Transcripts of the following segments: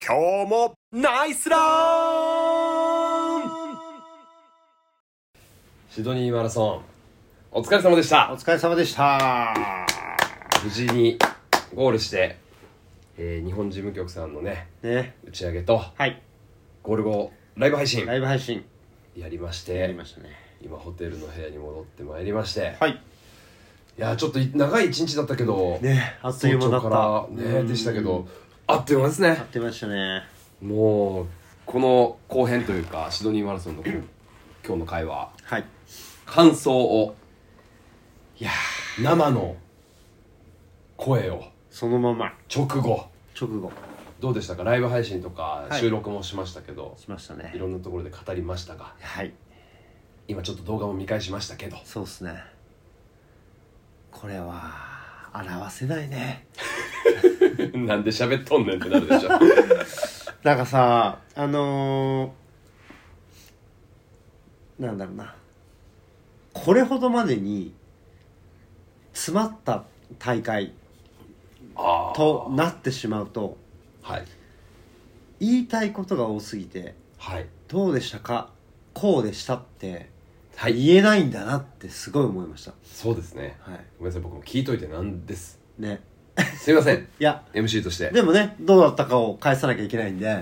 今日もナイスラン。 シドニーマラソンお疲れ様でした。 お疲れ様でした。 無事にゴールして、日本事務局さんのね打ち上げと、 はい、 ゴール後ライブ配信やりまして、 やりましたね。 今ホテルの部屋に戻ってまいりまして、 はい、 いやちょっと長い一日だったけどね、あっという間だった早朝からねでしたけど、あっという間ですね。 あっという間でしたね。 もうこの後編というかシドニーマラソンの今日の会話、 はい、 感想を、いや生の声をそのまま直後どうでしたか？ライブ配信とか収録もしましたけど、 しましたね。 いろんなところで語りましたが、 はい、 今ちょっと動画も見返しましたけど、 そうですね。これは表せないね。 なんで喋っとんねんってなるでしょ。 なんかさ、なんだろうな、これほどまでに詰まった大会となってしまうと、 はい、 言いたいことが多すぎて、 はい、 どうでしたか、こうでしたってはい、 言えないんだなってすごい思いました。 そうですね、 はい、 ごめんなさい、僕も聞いといてなんですね。 すいません。 いや MC としてでもね、どうだったかを返さなきゃいけないんで、 はい、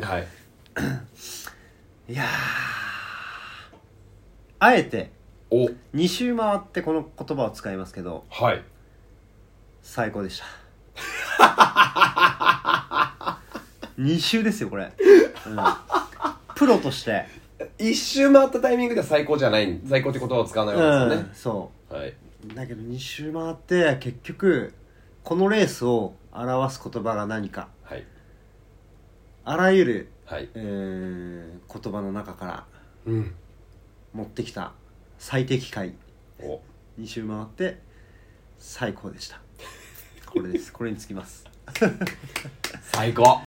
いやあえてお 2周回ってこの言葉を使いますけど、 はい、 最高でした。2周ですよこれ、プロとして一周回ったタイミングでは最高じゃない、最高って言葉を使わないわけですよね、 そう、 はい、 だけど2周回って結局このレースを表す言葉が何か、 はい、 あらゆる、 はい、 言葉の中からうん持ってきた最適解、 お 2周回って最高でした。これです。これにつきます。 最高。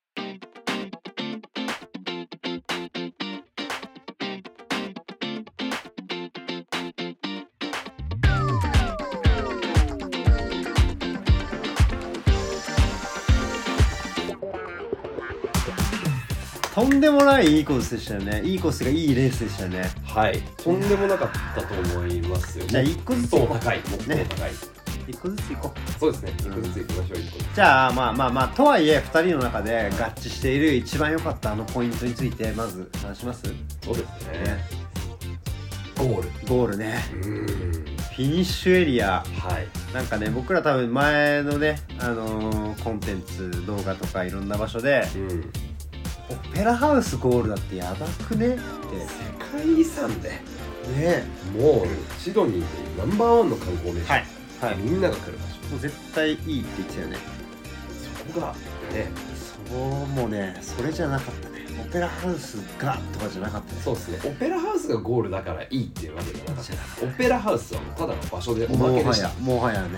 とんでもないいいコースでしたよね。いいコースがいいレースでしたよね。 はい、とんでもなかったと思いますよ。 じゃあ1個ずつもっと高い、もっと高い、 1個ずついこう。 そうですね、1個ずついきましょう。1個ずつ。 じゃあまあとはいえ2人の中で合致している一番良かったあのポイントについてまず話します。 そうですね、ゴールね。 フィニッシュエリア、 はい、 なんかね、僕ら多分前のね、コンテンツ動画とかいろんな場所で、オペラハウスゴールだってやばくねって、 世界遺産でね、 もうシドニーでナンバーワンの観光名所、 はいはい、 みんなが来る場所、 もう絶対いいって言ってたよね。 そこがね、 そうもね、それじゃなかったね。オペラハウスがとかじゃなかったね。 そうですね、オペラハウスがゴールだからいいっていうわけじゃなかった。オペラハウスはただの場所でおまけでした。 もはやね、はい、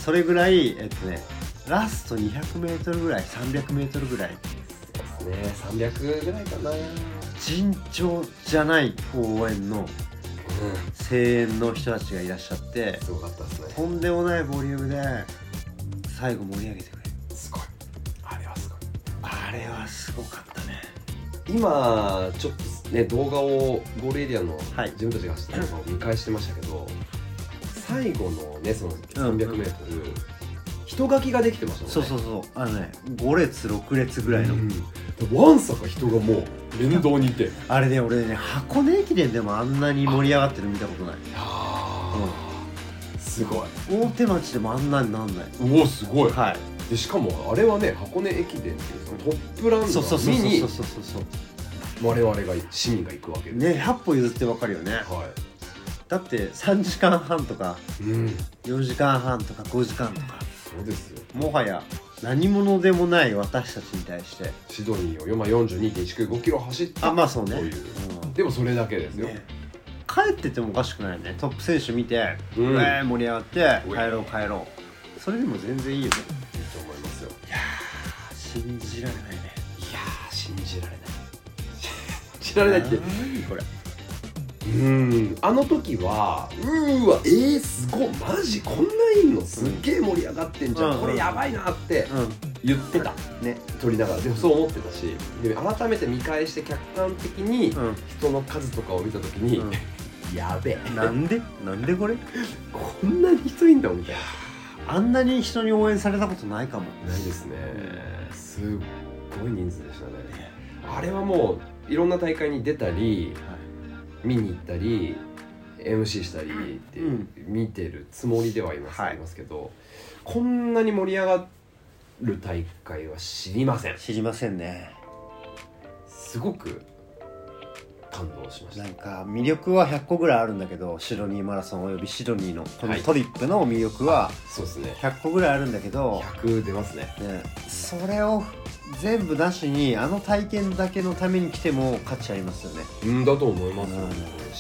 それぐらいラスト 200m ぐらい 300m ぐらいそうですね、300ぐらいかな、 尋常じゃない応援の、声援の人たちがいらっしゃって、 すごかったですね。 とんでもないボリュームで最後盛り上げてくれる。 すごい、あれはすごい、 あれはすごかったね。 今ちょっとね動画をゴールエリアの自分たちが走った動画を見返してましたけど、最後のねその 300m、人書きができてましたもんね。 そう5列6列ぐらいの、 わんさか人がもう沿道にいて、 あれね、俺ね、箱根駅伝でもあんなに盛り上がってるの見たことない。 すごい。 大手町でもあんなになんない。 うお、すごい。 はい。 でしかもあれはね、箱根駅伝っていうそのトップランナー見に我々が市民が行くわけですね。100歩譲ってわかるよね。 はい。 だって3時間半とか、4時間半とか5時間とか、 そうですよ。 もはや何者でもない私たちに対してシドニーを42.195キロ走ったそうね、 という、でもそれだけですよ、ね、 帰っててもおかしくないよね。トップ選手見て、盛り上がって帰ろう、それでも全然いいよね。 いいと思いますよ。 いやー、信じられないね。 いやー、信じられない信じられないってこれあの時はすごいマジこんないんのすっげえ盛り上がってんじゃん、これやばいなって言ってたね、 撮りながらでもそう思ってたし、で改めて見返して客観的に人の数とかを見た時に、やべえなんでこれこんなに人いんだみたいな。 あんなに人に応援されたことないかも。 ないですね、すっごい人数でしたね。あれはもういろんな大会に出たり、見に行ったり MC したりって見てるつもりではいます、ありますけど、こんなに盛り上がる大会は知りませんね。 すごく感動しました。 なんか魅力は100個ぐらいあるんだけど、シドニーマラソンおよびシドニーのこのトリップの魅力はそうですね、 100個ぐらいあるんだけど、 100出ますね。 それを全部なしにあの体験だけのために来ても価値ありますよね。 だと思います、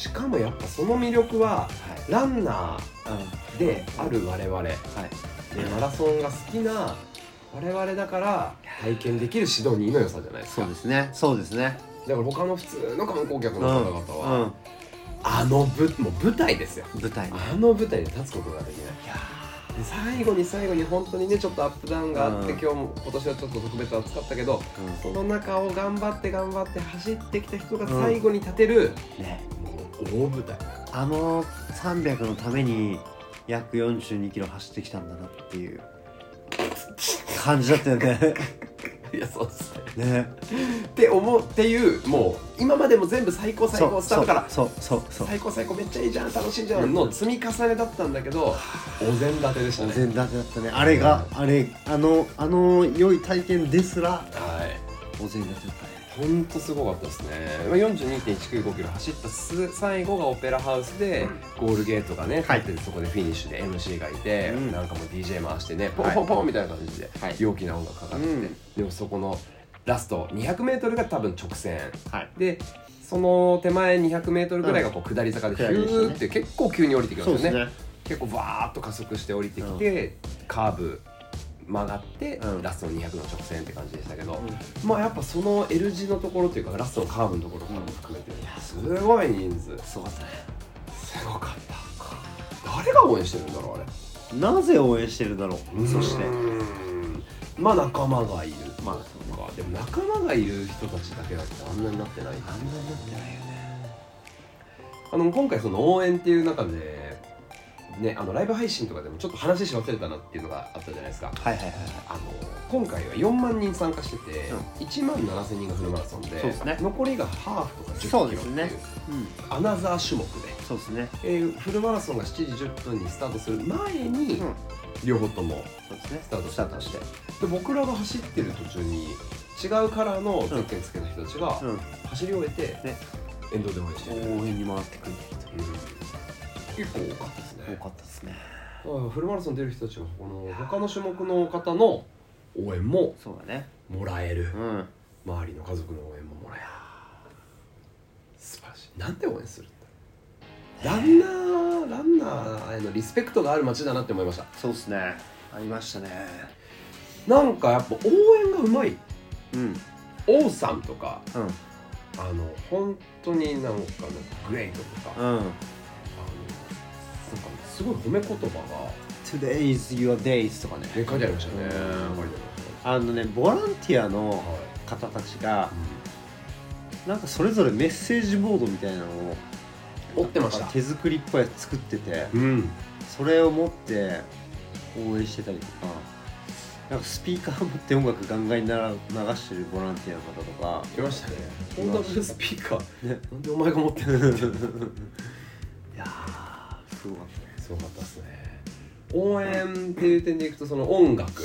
しかもやっぱその魅力は、ランナーである我々、でマラソンが好きな我々だから体験できるシドニーの良さじゃないですか。 そうですね。 だから他の普通の観光客の方々は、もう舞台ですよ。あの舞台に立つことができない。で最後に本当にねちょっとアップダウンがあって、今年はちょっと特別暑かったけど、その中を頑張って走ってきた人が最後に立てる、もう大舞台。 あの300のために約42キロ走ってきたんだなっていう感じだったよね。 いやそうですね。っていうもう今までも全部最高スタートから最高めっちゃいいじゃん楽しいじゃんの積み重ねだったんだけど、お膳立てでしたね。 お膳立てだったね。あの良い体験ですら、お膳立てだったね。 ほんとすごかったですね。42.195 キロ走った最後がオペラハウスで、ゴールゲートがね入ってて、そこでフィニッシュで MC がいて、なんかもう DJ 回してねポンポンポンみたいな感じで陽気な音楽かかってて、でもそこのラスト 200m が多分直線、でその手前 200m ぐらいがこう下り坂でヒューって結構急に降りてきますよね。結構バーッと加速して降りてきて、カーブ曲がって、ラストの200の直線って感じでしたけど、まあやっぱその L 字のところというかラストのカーブのところも含めてすごい人数、すごかったね。すごかった。誰が応援してるんだろうあれ。 なぜ応援してるんだろう。そしてまあ仲間がいる、でも仲間がいる人たちだけだってあんなになってない。今回その応援っていう中でね、ライブ配信とかでもちょっと話し忘れたなっていうのがあったじゃないですか。今回は4万人参加してて、1万7000人がフルマラソンで、残りがハーフとか10キロっていうアナザー種目で、フルマラソンが7時10分にスタートする前に両方ともスタートして、で僕らが走ってる途中に違うカラーのゼッケンつけた人たちが走り終えて沿道で応援してる。 応援に回ってくる。 結構多かったですね。 多かったですね。 フルマラソン出る人たちがこの他の種目の方の応援ももらえる、周りの家族の応援ももらえる。素晴らしい。なんで応援するんだ。ランナーへのリスペクトがある街だなって思いました。 そうですね。ありましたね。 なんかやっぱ応援がうまい。王さんとか、本当になんかのグレートとか。すごい褒め言葉が Today is your days とかね書いてありましたね。 ボランティアの方たちが、なんかそれぞれメッセージボードみたいなのを折ってました。 手作りっぽいやつ作ってて、それを持って応援してたりとか、なんかスピーカー持って音楽ガンガンに流してるボランティアの方とかいましたね。ホンダブルスピーカー、なんでお前が持ってるのって。いやすごかったね。 すごかったですね。応援っていう点でいくと、その音楽、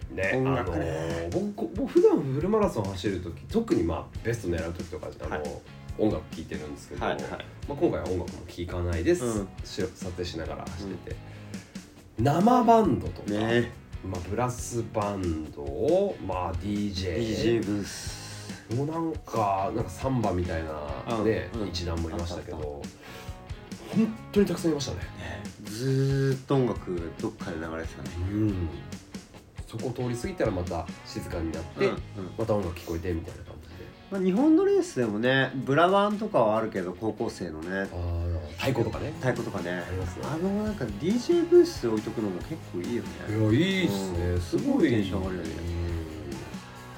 僕普段フルマラソン走るとき、特にベスト狙うときとか音楽聴いてるんですけど、今回は音楽も聴かないです、撮影しながら走ってて、生バンドとか、ブラスバンド、DJ ブースもなんかサンバみたいな一団もいましたけど、本当にたくさんいましたね。 ずーっと音楽どっかで流れてたね。 そこを通り過ぎたらまた静かになって、また音楽聞こえてみたいな感じで。 日本のレースでもね、ブラバンとかはあるけど、高校生のね、 太鼓とかねありますね。なんか DJ ブース置いとくのも結構いいよね。 いや、いいっすね。すごいテンション上がるよね。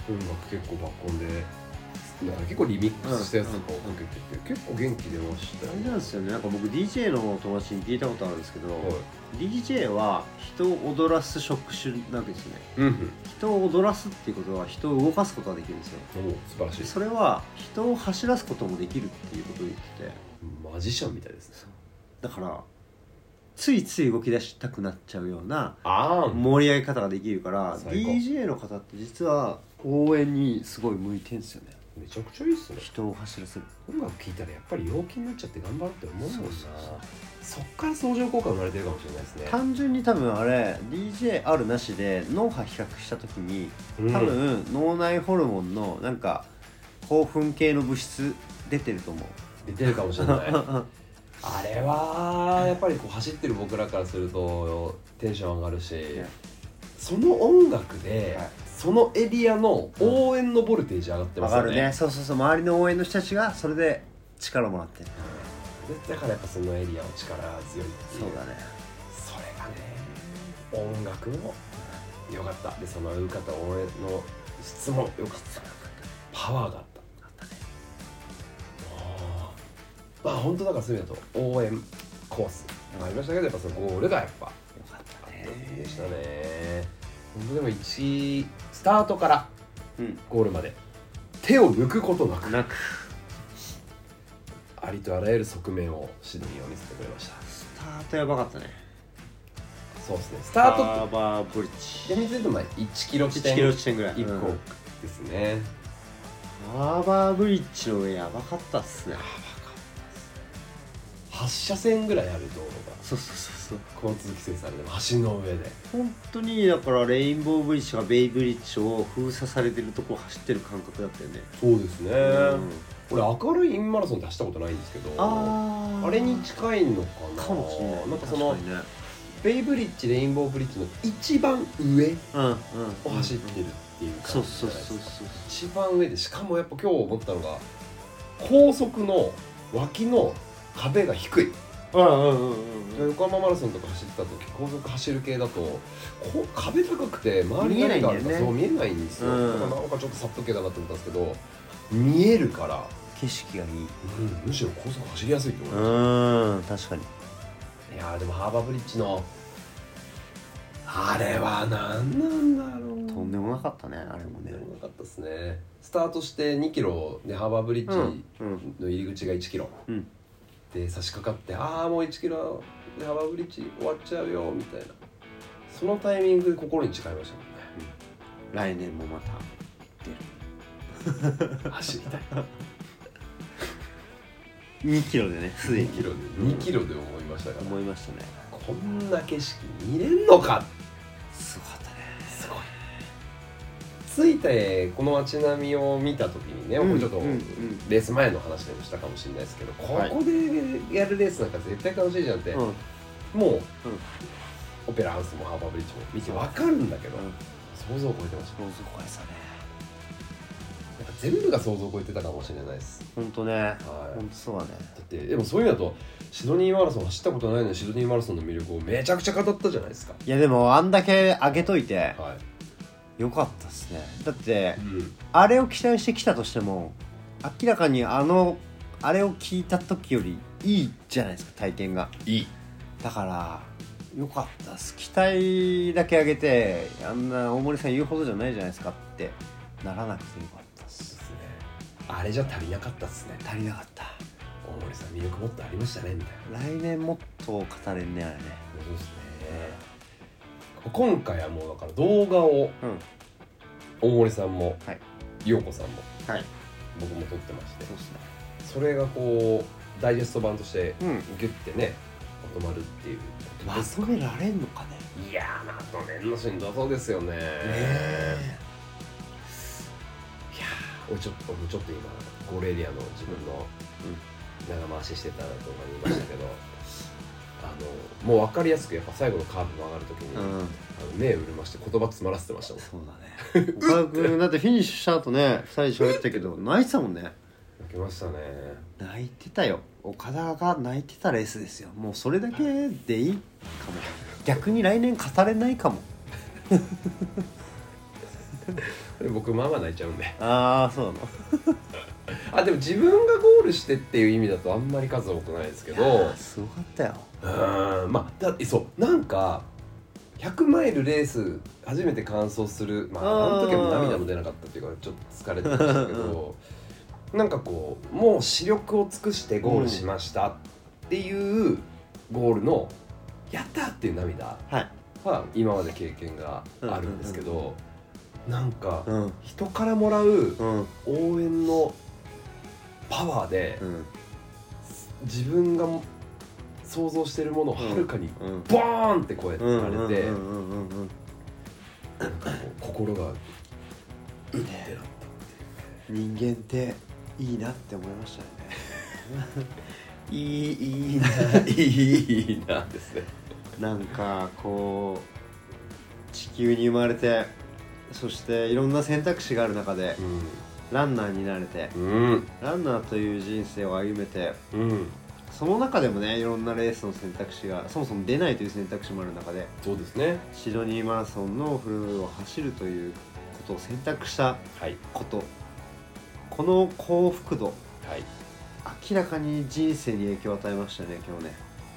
音楽結構バコンでだから結構リミックスしたやつとかをかけてて、結構元気出ましたよ。 あれなんですよね、なんか僕 DJ の友達に聞いたことあるんですけど、DJ は人を踊らす職種なわけですよね。人を踊らすっていうことは人を動かすことができるんですよ。 素晴らしい。 それは人を走らすこともできるっていうことを言ってて、 マジシャンみたいですね。 だからついつい動き出したくなっちゃうような盛盛り上げ方ができるから、 DJ の方って実は応援にすごい向いてるんですよね。 めちゃくちゃいいっすね。 人を走らせる。 音楽聴いたらやっぱり陽気になっちゃって頑張るって思うもんな。そっから相乗効果生まれてるかもしれないですね。 単純に多分あれ DJ あるなしで脳波比較した時に多分脳内ホルモンのなんか興奮系の物質出てると思う。 出てるかもしれないあれはやっぱりこう走ってる僕らからするとテンション上がるし、その音楽で、そのエリアの応援のボルテージ上がってますよね。 上がるね。そうそうそう、周りの応援の人たちがそれで力をもらってる。 だからやっぱそのエリアの力強いっていう。 そうだね。 それがね、音楽も良かった。でその受かった応援の質も良かった。パワーがあった。まあ本当だからそういう意味だと応援コースありましたけど、やっぱそのゴールがやっぱ良かったね。でしたね。本当でも1スタートからゴールまで手を抜くことなくありとあらゆる側面をシドニーを見せてくれました。 スタートやばかったね。 そうですね。スタートハーバーブリッジ厳密に言うと1キロ地点 1キロ地点ぐらい 1個ですね。 ハーバーブリッジの上やばかったっすね。 8車線ぐらいある道路がそうそうそう交通規制されて橋の上で本当にだからレインボーブリッジとかベイブリッジを封鎖されてるとこを走ってる感覚だったよね。 そうですね、俺明るいインマラソンって走ったことないんですけど、あれに近いのかな。 かもしれない。 なんかその、ベイブリッジレインボーブリッジの一番上を走ってるっていう感じじゃないですか。一番上で、しかもやっぱ今日思ったのが高速の脇の壁が低い。横浜マラソンとか走ってた時高速走る系だと壁高くて周りに何があるかそう見えないんですよ。だからなんかちょっと殺風景だなと思ったんですけど、見えるから景色がいい、 むしろ高速走りやすいと思いました。 確かに。 いやでもハーバーブリッジのあれは何なんだろう。 とんでもなかったね。あれもね。 とんでもなかったですね。スタートして2キロでハーバーブリッジの入り口が1キロ、で差し掛かってもう1キロでハーバーブリッジ終わっちゃうよみたいな、そのタイミングで心に誓いましたもんね。 来年もまた出る走りたい 2キロでね、すでに 2キロで思いましたから。 思いましたね。 こんな景色見れんのか。 すごかったね。 すごい。着いてこの街並みを見た時にね、これちょっとレース前の話でもしたかもしれないですけど、ここでやるレースなんか絶対楽しいじゃんって、もうオペラハウスもハーバーブリッジも見て分かるんだけど、想像を超えてました。 想像を超えてたね。 なんか全部が想像を超えてたかもしれないです。 本当ね。本当そうだね。 だってでもそういうのだとシドニーマラソン走ったことないのにシドニーマラソンの魅力をめちゃくちゃ語ったじゃないですか。 いやでもあんだけ上げといて、よかったっすね。だって、あれを期待してきたとしても明らかにあれを聞いた時よりいいじゃないですか、体験が。 いい。だからよかったっす。期待だけ上げてあんな大森さん言うほどじゃないじゃないですかってならなくてよかったっすね。 あれじゃ足りなかったっすね。 足りなかった。 大森さん魅力もっとありましたねみたいな。来年もっと語れんね、あれね。 そうですね。今回はもうだから動画を、大森さんも陽子さんも、僕も撮ってまして、それがこうダイジェスト版としてギュッてねまとまるっていう。 まとめられんのかね。 いやまとめんのしんどそうですよね。いや俺ちょっと今ゴールエリアの自分の長回ししてた動画に言いましたけどもう分かりやすくやっぱ最後のカーブ曲がるときに、目潤まして言葉詰まらせてましたもん。 そうだね。岡田君だってフィニッシュした後ね、2人で喋ったけど泣いてたもんね。 泣きましたね。 泣いてたよ。岡田が泣いてたレースですよ。もうそれだけでいいかも。逆に来年語れないかも。 僕まあまあ泣いちゃうんでああそうなのあでも自分がゴールしてっていう意味だとあんまり数多くないですけどすごかったよ。 まあだってそうなんか100マイルレース初めて完走するまああの時は涙も出なかったっていうかちょっと疲れてましたけどなんかこうもう視力を尽くしてゴールしましたっていうゴールのやったっていう涙は今まで経験があるんですけどなんか人からもらう応援のパワーで自分が想像してるものをはるかにボーンって超えられて心がうってなったって人間っていいなって思いましたねいいなですね。 なんかこう地球に生まれてそしていろんな選択肢がある中で、ランナーになれて、ランナーという人生を歩めて、その中でもねいろんなレースの選択肢がそもそも出ないという選択肢もある中でそうですねシドニーマラソンのフルを走るということを選択したこと、この幸福度、明らかに人生に影響を与えましたね今日ね。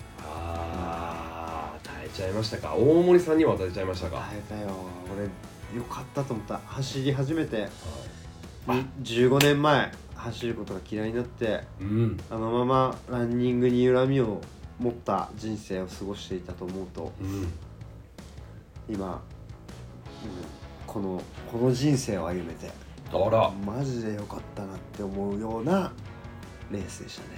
与えちゃいましたか。大森さんには与えちゃいましたか。 与えたよ。俺よかったと思った。走り始めて、15年前走ることが嫌いになって、あのままランニングに恨みを持った人生を過ごしていたと思うと、今、この人生を歩めてマジでよかったなって思うようなレースでしたね。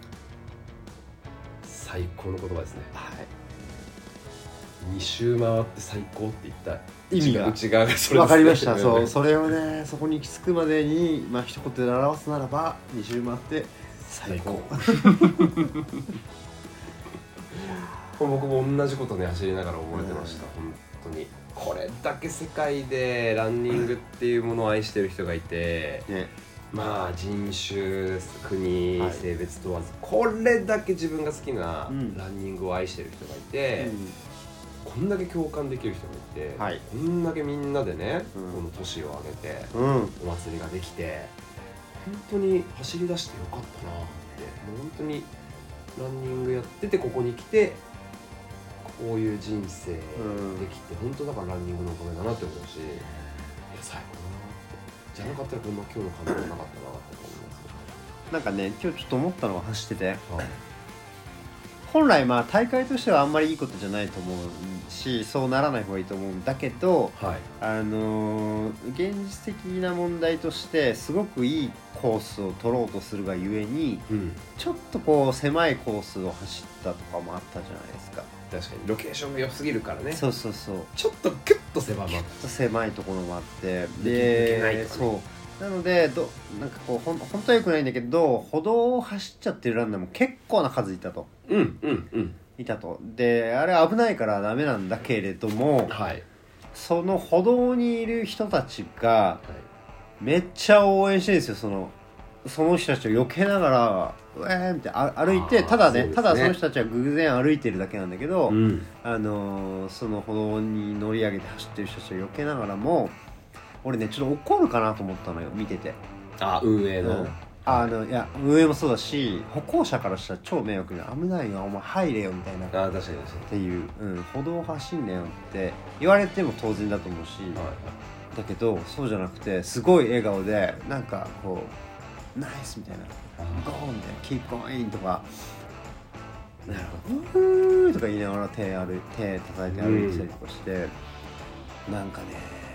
最高の言葉ですね。2周回って最高って言った意味が内側がそれですね。 分かりました。それをねそこに行き着くまでに一言で表すならば2周回って最高僕も同じことね走りながら覚えてました。本当にこれだけ世界でランニングっていうものを愛してる人がいて、まあ人種国、性別問わずこれだけ自分が好きなランニングを愛してる人がいて、こんだけ共感できる人がいて、こんだけみんなでね、この年を上げて、お祭りができて本当に走り出してよかったなってもう本当にランニングやっててここに来てこういう人生できて、本当だからランニングのおかげだなって思うし、いや最高だなってじゃなかったらこんな今日の感動なかったなって思います。 なんかね今日ちょっと思ったのが走ってて、本来大会としてはあんまりいいことじゃないと思うしそうならない方がいいと思うんだけど、現実的な問題としてすごくいいコースを取ろうとするがゆえに、ちょっとこう狭いコースを走ったとかもあったじゃないですか。 確かにロケーションが良すぎるからね。 そうちょっとキュッと狭いところもあってでそうなのでなんかこう本当は良くないんだけど歩道を走っちゃってるランナーも結構な数いたと。いたと。であれ危ないからダメなんだけれども、その歩道にいる人たちがめっちゃ応援してるんですよ。その人たちを避けながらうえーって歩いて、ただその人たちは偶然歩いてるだけなんだけど、その歩道に乗り上げて走ってる人たちを避けながらも俺ねちょっと怒るかなと思ったのよ見てて。 運営の、 いや運営もそうだし歩行者からしたら超迷惑で危ないよお前入れよみたいな確かにっていう、歩道走んなよって言われても当然だと思うし、だけどそうじゃなくてすごい笑顔でなんかこうナイスみたいなゴーみたいなキープゴーインとかなるほどうーとか言いながら手叩いて歩いてたりとかして、なんかね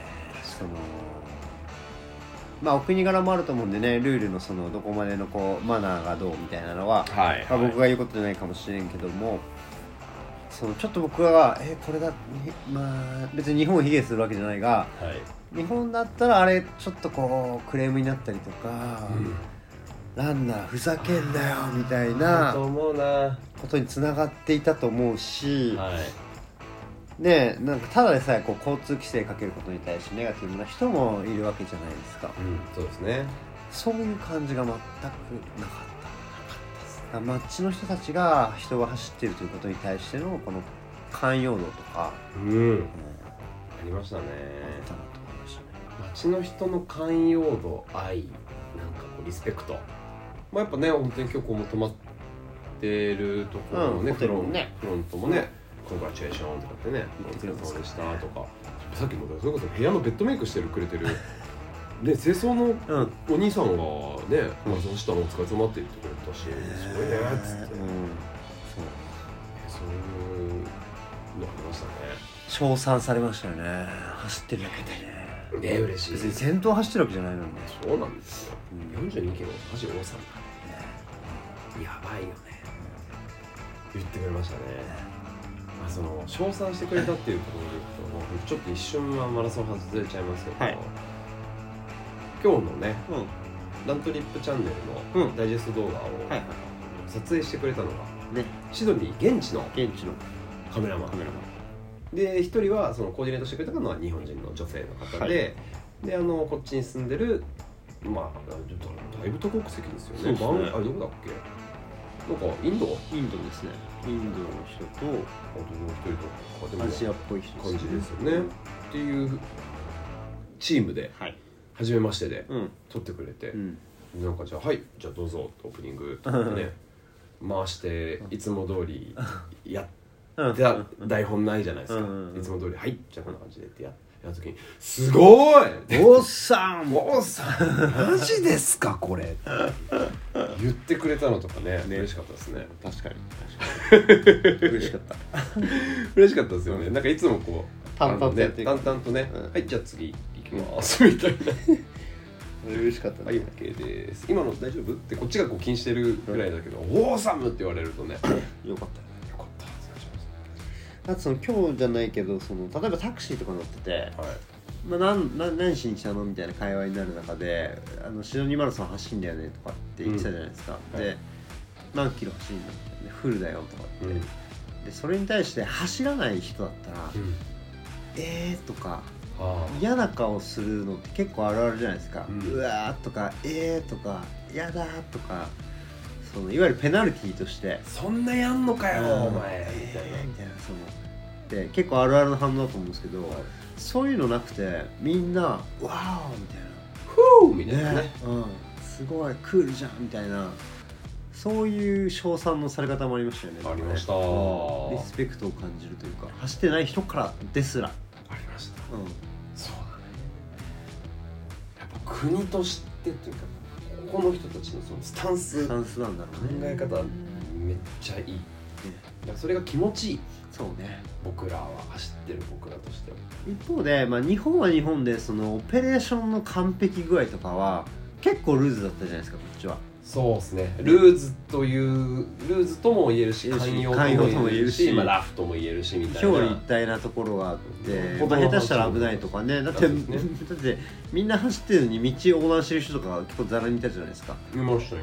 お国柄もあると思うんでねルールのどこまでのこうマナーがどうみたいなのは、僕が言うことじゃないかもしれんけどもちょっと僕はこれだ別に日本を卑下するわけじゃないが、日本だったらあれちょっとこうクレームになったりとか、ランナーふざけんなよみたいなことにつながっていたと思うし、でなんかただでさえこう交通規制かけることに対してネガティブな人もいるわけじゃないですか。 そうですね。 そういう感じが全くなかった街の人たちが人が走っているということに対してのこの寛容度とか、 ありましたね。 あったなと思いましたね。 街の人の寛容度、愛、なんかこうリスペクト、やっぱね本当に今日こうも泊まってるところのね、 ホテルもねフロントもね、コングラチュエーションとかってね、お疲れ様でしたとか、さっきもそれこそ部屋のベッドメイクしてくれてるね、清掃のお兄さんがね、そしたらお疲れ様って言ってくれたし、すごいねっつって、そういうのありましたね。 称賛されましたよね、走ってるだけでね。 嬉しい。 別に先頭走ってるわけじゃないのにね。 そうなんですよ、42キロマジ多さんだ、やばいよね、言ってくれましたね。その称賛してくれたっていうところで言うと、ちょっと一瞬はマラソン外れちゃいますけど、今日のね、ラントリップチャンネルのダイジェスト動画を撮影してくれたのが、シドニー現地のカメラマンで、一人はそのコーディネートしてくれたのは日本人の女性の方で、でこっちに住んでる、だいぶ多国籍ですよね。どこだっけ、なんかインドですね。インドの人と、 あともう一人とかでもアジアっぽい人感じですよね、っていうチームで、初めましてで撮ってくれて、なんかじゃあどうぞオープニングとかね回していつも通りやって台本ないじゃないですか、いつも通りじゃあこんな感じでってやった時にすごいおっさんマジですかこれ言ってくれたのとかね、嬉しかったですね。 確かに嬉しかった嬉しかったですよね。なんかいつもこう淡々とやって淡々とね、じゃあ次行きますみたいな嬉しかったね。 OK です、今の大丈夫ってこっちがこう気にしてるぐらいだけど、オーサムって言われるとねよかったよかった 。あとその今日じゃないけど、例えばタクシーとか乗ってて、何しに来たのみたいな会話になる中で、シドニーマラソン走んだよねとかって言ってたじゃないですか、で何キロ走るんだみたいな、フルだよとかって、でそれに対して走らない人だったら、とか嫌な顔するのって結構あるあるじゃないですか、うわーとかとかやだーとか、いわゆるペナルティーとしてそんなやんのかよお前みたいなで結構あるあるの反応だと思うんですけど、そういうのなくてみんなワーオみたいな、 フーみたいなね、 すごいクールじゃんみたいな、そういう称賛のされ方もありましたよね。 ありました。 リスペクトを感じるというか、走ってない人からですらありました。そうだね。やっぱ国としてというか、ここの人たちのそのスタンスなんだろうね。 考え方めっちゃいい。だからそれが気持ちいい。 そうね。 僕らは走ってる僕らとしては。 一方で、日本は日本でそのオペレーションの完璧具合とかは結構ルーズだったじゃないですか、こっちは。 そうですね。ルーズとも言えるし、寛容とも言えるし、ラフとも言えるしみたいな。 表裏一体なところがあって、下手したら危ないとかね。だってみんな走ってるのに道を横断してる人とか結構ザラにいたじゃないですか。 いました。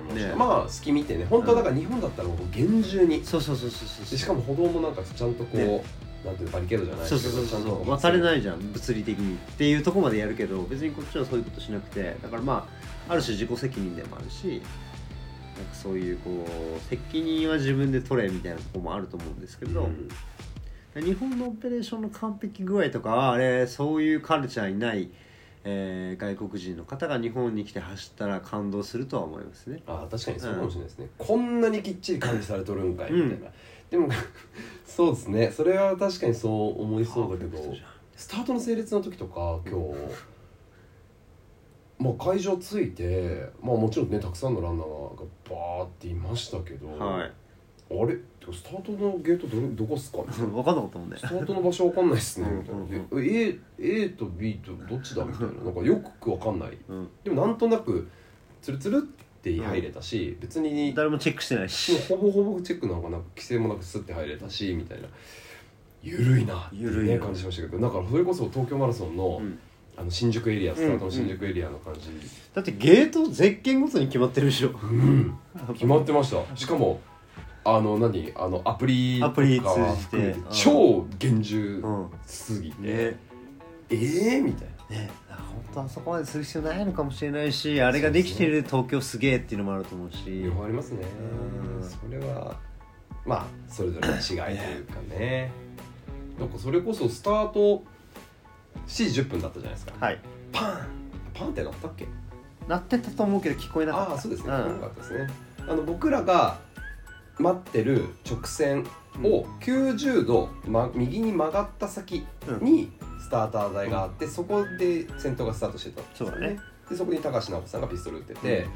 隙見てね。本当はだから日本だったらもう厳重に。そう。しかも歩道もなんかちゃんとこうなんていうバリケードじゃないけど、ちゃんと渡れないじゃん物理的にっていうところまでやるけど、別にこっちはそういうことしなくて、だからある種自己責任でもあるし。なんかそういう責任は自分で取れみたいなところもあると思うんですけど、日本のオペレーションの完璧具合とかはそういうカルチャーにない、外国人の方が日本に来て走ったら感動するとは思いますね。 確かにそうかもしれないですね、こんなにきっちり管理されとるんかいみたいな、でもそうですね、それは確かにそう思いそうだけど、スタートの整列の時とか今日会場着いて、もちろんねたくさんのランナーがバーっていましたけど、あれスタートのゲートどこっすかみたいな分かんなかったもんね。 スタートの場所分かんないっすねみたいな、A と B とどっちだみたいな、なんかよく分かんない、でもなんとなくツルツルって入れたし、別に誰もチェックしてないし、 ほぼチェックなんか規制もなくスッて入れたしみたいな、ゆるいなっていう感じしましたけど、だからそれこそ東京マラソンの、新宿エリア、スタートの新宿エリアの感じ、 だってゲートゼッケンごとに決まってるでしょ。 決まってました。しかもアプリとか通じて超厳重すぎて、みたいなね、本当あそこまでする必要ないのかもしれないし、あれができてる東京すげえっていうのもあると思うし、 両方ありますね。それはそれぞれの違いというかね。なんかそれこそスタート7時10分だったじゃないですか。 パンってなったっけ？ なってたと思うけど聞こえなかった。 ああそうですね、聞こえなかったですね。僕らが待ってる直線を90度、右に曲がった先にスターター台があって、そこで先頭がスタートしてたんですよね。 そうだね。 でそこに高橋直子さんがピストル撃ってて、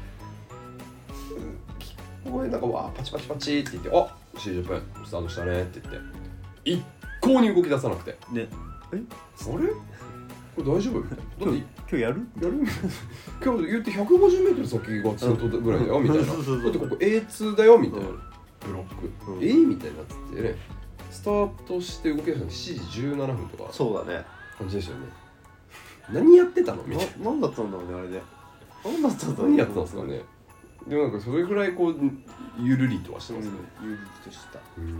聞こえなんかわーパチパチパチって言って、あ40分スタートしたねって言って一向に動き出さなくて、 ね、 あれこれ大丈夫みたいな。 今日やる今日言って 150m 先が先頭ぐらいだよみたいな。だってここ A2 だよみたいな、ブロック、みたいになっててね、スタートして動き出したの7時17分とかそうだね感じでしたよね。何やってたのみたいな。 何だったんだろうねあれで。何だったんだろう。 何やってたんですかね。でもなんかそれぐらいこうゆるりとはしてますね、 ゆるりとした。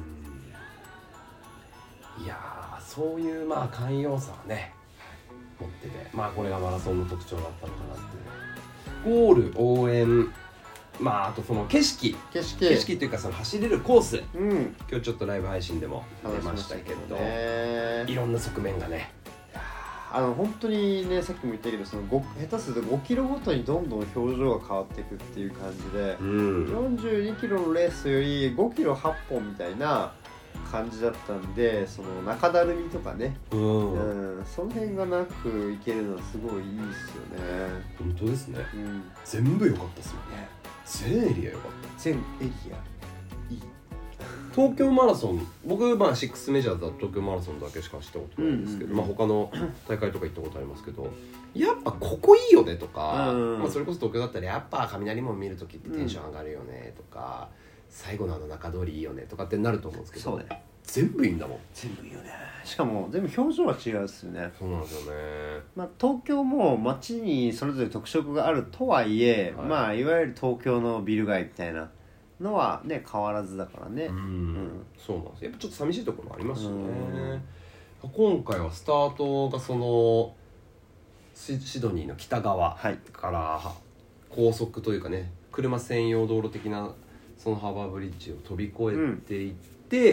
いやー、そういうまあ寛容さはね持ってて、まあこれがマラソンの特徴だったのかなっていう。ゴール応援、まああとその景色というかその走れるコース、今日ちょっとライブ配信でも出ましたけど、いろんな側面がね、 本当にね、さっきも言ったけど、その下手すると5キロごとにどんどん表情が変わっていくっていう感じで、42キロのレースより5キロ8本みたいな感じだったんで、その中だるみとかね、その辺がなくいけるのはすごいいいですよね。 本当ですね、全部良かったですよね。全エリア良かった。 全エリアいい。 東京マラソン、僕6メジャーだと東京マラソンだけしか走ったことないんですけど、他の大会とか行ったことありますけど、やっぱここいいよねとか、それこそ東京だったらやっぱ雷門見るときってテンション上がるよねとか、最後の中通りいいよねとかってなると思うんですけど、 そうね、 全部いいんだもん。 全部いいよね。しかも全部表情は違うですよね。 そうなんですよね。 東京も街にそれぞれ特色があるとはいえ、いわゆる東京のビル街みたいなのはね変わらずだからね。 そうなんです。やっぱちょっと寂しいところもありますしね。今回はスタートがそのシドニーの北側から高速というかね、車専用道路的なそのハーバーブリッジを飛び越えていって、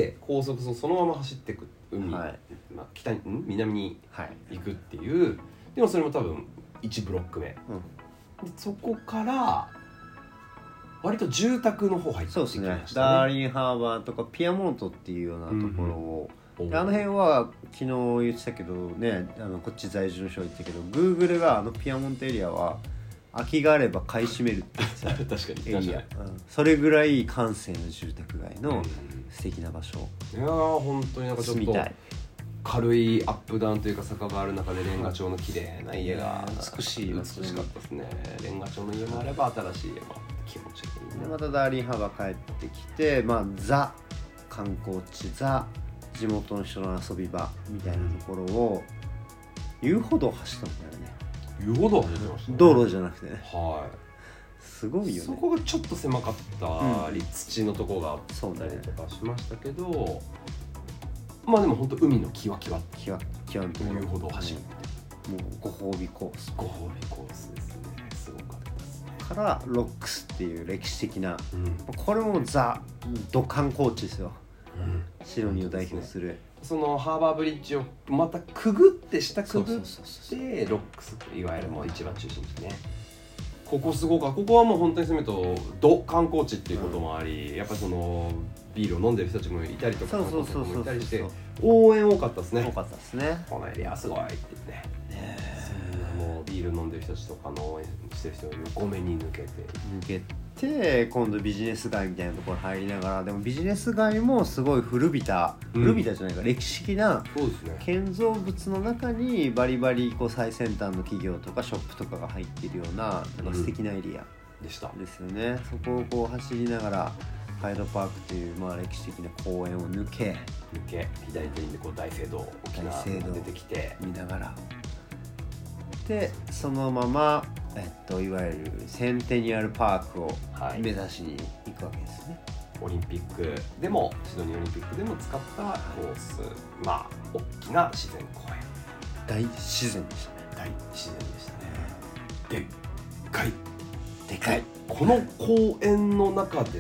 高速そのまま走っていく海、北に南に行くっていう、でもそれも多分1ブロック目、でそこから割と住宅の方入ってきましたね。 そうですね。ダーリンハーバーとかピアモントっていうようなところを、あの辺は昨日言ってたけどね、こっち在住の人が言ったけど、Google がピアモントエリアは空きがあれば買い占めるって言ってた確かにエリア、それぐらい閑静な住宅街の素敵な場所。 いやー本当になんかちょっと軽いアップダウンというか坂がある中でレンガ調の綺麗な家が美しかったですね。レンガ調の家もあれば新しい家も気持ちいい、 でまたダーリンハーバー帰ってきて、ザ観光地、ザ地元の人の遊び場みたいなところを遊歩道走ったんだよね。 遊歩道走ってましたね。 道路じゃなくてね。すごいよね。 そこがちょっと狭かったり、土のとこがあったりとかしましたけど、でも本当海のキワキワ遊歩道走るもうご褒美コースですね。すごかったですね。 からロックスっていう歴史的な、これもザド観光地ですよ。シドニーを代表する、 そのハーバーブリッジをまたくぐって下くぐってロックス、いわゆるもう一番中心地ね。ここすごか。ここはもう本当に住むとド観光地っていうこともあり、やっぱそのビールを飲んでる人たちもいたりとか、観光客もいたりして応援多かったですね。 多かったですね。 このエリアすごいって言ってね。もうビール飲んでる人たちとかの応援してる人を横目に抜けて今度ビジネス街みたいなところ入りながら、でもビジネス街もすごい古びたじゃないか、歴史的な建造物の中にバリバリ最先端の企業とかショップとかが入っているような素敵なエリアですよね。そこを走りながらハイドパークという歴史的な公園を抜け左手に大聖堂、大きなのが出てきて見ながら、でそのままいわゆるセンテニアルパークを目指しに行くわけですね。 オリンピックでもシドニーオリンピックでも使ったコース、大きな自然公園、 大自然でしたね。 大自然でしたね。でかいこの公園の中で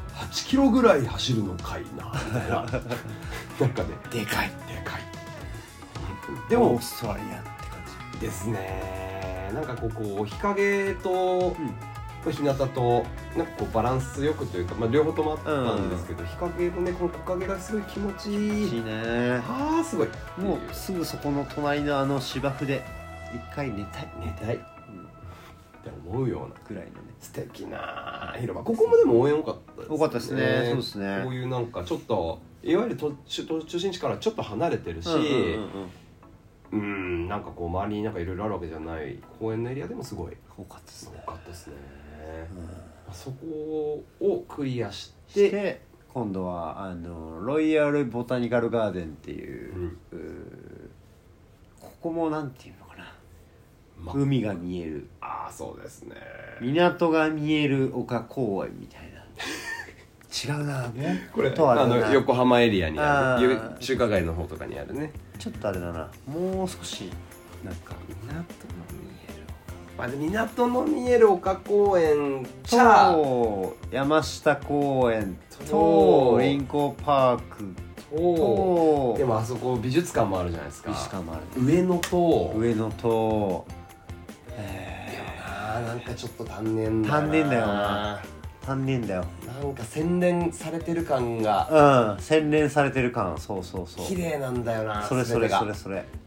8キロぐらい走るのかいなみたいななんかね、でかいでもオーストラリアって感じですね。 なんかこう日陰と、日向となんかこうバランスよくというか、両方ともあったんですけど、日陰のねこの木陰がすごい気持ちいい。 いいね。 すごい。 もうすぐそこの隣の芝生で一回寝たいって思うようなぐらいのね素敵な広場。ここもでも応援多かったですね。 多かったですね。そうですね。 こういうなんかちょっといわゆる中心地からちょっと離れてるし、なんかこう周りになんかいろいろあるわけじゃない公園のエリアでもすごい多かったですね。 多かったですね。そこをクリアして今度はロイヤルボタニカルガーデンっていう、ここもなんていうのかな、海が見える、 そうですね、 港が見える丘公園みたいな違うな、 これ横浜エリアにある中華街の方とかにあるね。 ちょっとあれだな、もう少しなんか港の見える丘公園と山下公園と臨港パークと、 でもあそこ美術館もあるじゃないですか。 美術館もある、 上野となんかちょっと足んねえんだよな。なんか洗練されてる感が、 洗練されてる感、そう綺麗なんだよな。 それいや足りないんだよ。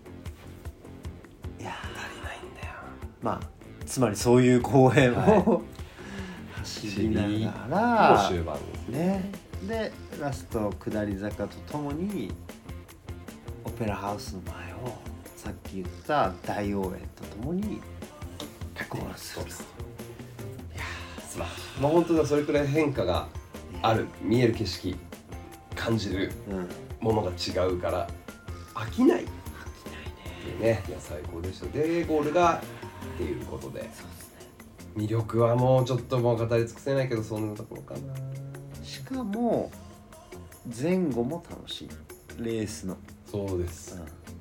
つまりそういう公園を、走りながら終盤ですね。でラスト下り坂とともにオペラハウスの前をさっき言った大応援とともにゴールする。 本当だ、それくらい変化がある、見える景色感じるものが違うから飽きないね。いや最高でした。でゴールがっていうことで、魅力はもうちょっともう語り尽くせないけど、そんなところかな。 しかも前後も楽しい、レースの。 そうです、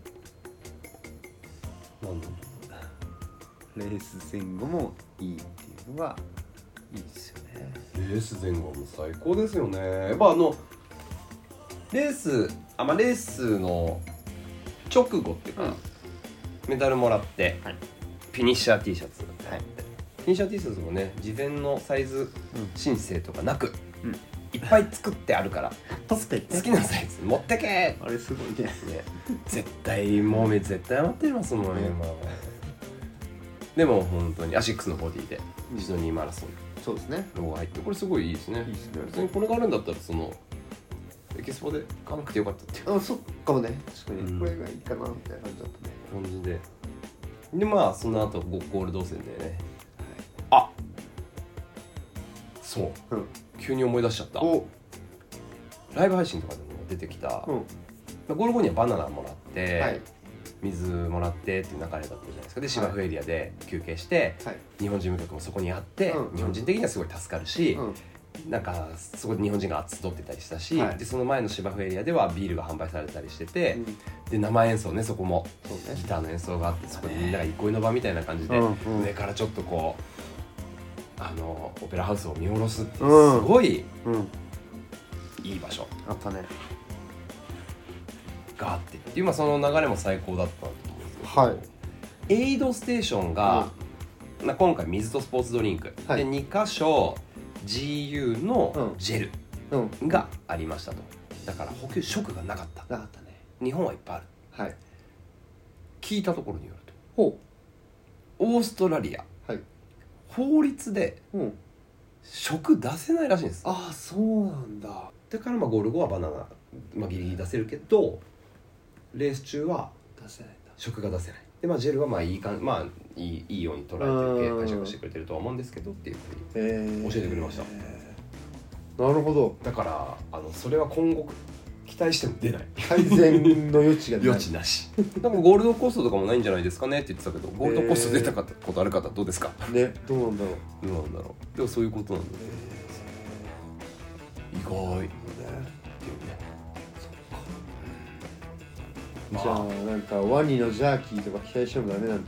レース前後もいいっていうのがいいですよね。 レース前後も最高ですよね。やっぱレースの直後っていうか、メダルもらって、フィニッシャー T シャツ、フィニッシャー T シャツもね、事前のサイズ申請とかなく、いっぱい作ってあるから好きなサイズ持ってけ。 あれすごいね。 絶対余ってますもんね。でも本当にアシックスのボディでシドニーマラソン、 そうですね、 ロゴが入って、これすごいいいですね。別にこれがあるんだったらエキスポで買わなくてよかったっていう。 そっかもね、確かにこれがいいかなみたいな感じだったね。 感じでその後ゴールド戦でね、そう、急に思い出しちゃった。ライブ配信とかでも出てきた、ゴール後にはバナナもらって、水もらってっていう流れだったじゃないですか。で芝生エリアで休憩して、日本人向局もそこにあって、日本人的にはすごい助かるし、なんかそこで日本人が集ってたりしたし、でその前の芝生エリアではビールが販売されたりしてて、で生演奏ね、そこもギターの演奏があって、そこでみんなが憩いの場みたいな感じで、上からちょっとこうオペラハウスを見下ろすっていう、すごいいい場所あったねがあってっていう、その流れも最高だったと思うんですけど、エイドステーションが、今回水とスポーツドリンク、で2箇所 GU のジェルがありましたと。だから補給食がなかった。日本はいっぱいある。聞いたところによると、オーストラリア、法律で食出せないらしいんです。 そうなんだ。 だからゴール後はバナナ、ギリギリ出せるけど、レース中は出せないんだ、 食が出せない。でジェルはいいように捉えて解釈してくれてるとは思うんですけどっていうふうに教えてくれました。 なるほど。 だからそれは今後期待しても出ない、 改善の余地がない、 余地なし。でもゴールドコーストとかもないんじゃないですかねって言ってたけど、ゴールドコースト出たことある方どうですかね。どうなんだろう。でもそういうことなんだね。意外っていうね。 じゃあなんかワニのジャーキーとか期待してもダメなんだ。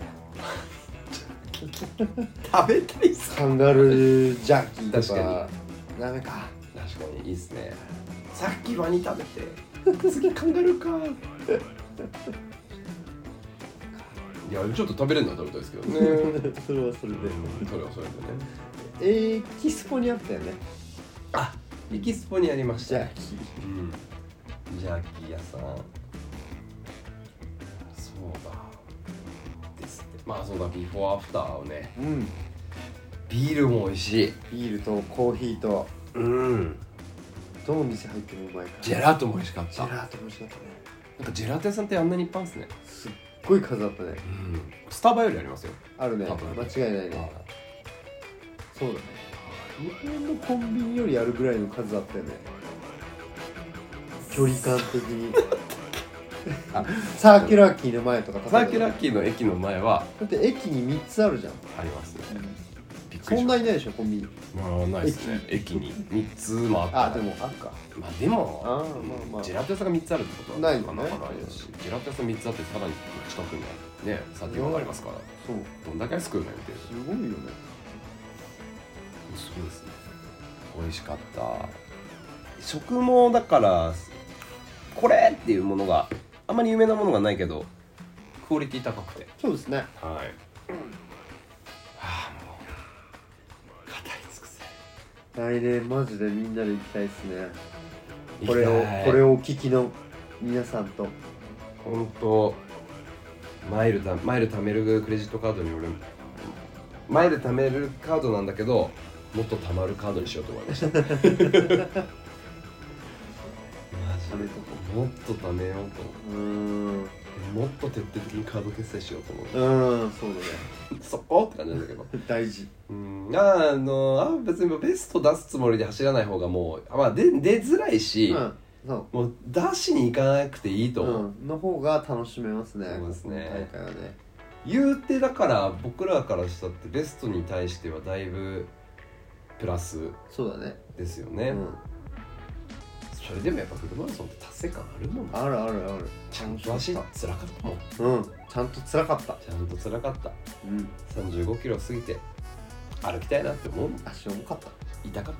食べたいっす。 カンガルージャーキーとかダメか。 確かにいいっすね。さっきワニ食べて次カンガルーか。 いやちょっと食べれるのは食べたいですけどねそれはそれで、 それはそれでねエキスポにあったよね。 あ、エキスポにありました。 ジャーキー、 ジャーキー屋さん。そうだですって。まあそうだ、ビフォーアフターをね、ビールも美味しい。 ビールとコーヒーと、どの店入ってもうまいから。 ジェラートも美味しかった。 ジェラートも美味しかったね。 なんかジェラート屋さんってあんなにいっぱいあるんですね。 すっごい数あったね。 スタバよりありますよ。 あるね、間違いないね。そうだね、日本のコンビニよりあるぐらいの数あったよね、距離感的にサーキュラーキーの前とか、 サーキュラーキーの駅の前はだって駅に3つあるじゃん。 ありますね。 そんないないでしょ、コンビニ。 まあないですね。駅に3つもあった。 あ、でもあるか。 まあでもまあジェラート屋さんが3つあるってことはないのね。 ないですし、ジェラート屋さん3つあってさらに近くにね、サーキュラーがありますから、 そうどんだけ安く売るのよっていう。 すごいよね。 そうですね。美味しかった。食もだからこれっていうものがあんまり有名なものがないけどクオリティ高くて。 そうですね。 はい。はあ、もう語り尽くせ。 来年マジでみんなで行きたいですね。 行きたい。 これをお聞きの皆さんと。 本当マイル貯めるクレジットカードに俺マイル貯めるカードなんだけどもっと貯まるカードにしようと思いましたマジでもっと貯めようともっと徹底的にカード決済しようと思う。 そうだねそこって感じなんだけど大事。 別にベスト出すつもりで走らない方がもう、まあ、出づらいし、もう出しに行かなくていいと思う、 の方が楽しめますね。 そうですね。 大会はね。 言うてだから僕らからしたってベストに対してはだいぶプラスそうだねですよね。それでもやっぱフルマラソンって達成感あるもんね。 あるあるある。 ちゃんと足つらかったもん。 ちゃんとつらかった。 ちゃんとつらかった。35キロ過ぎて歩きたいなって思う。 足重かった。 痛かった。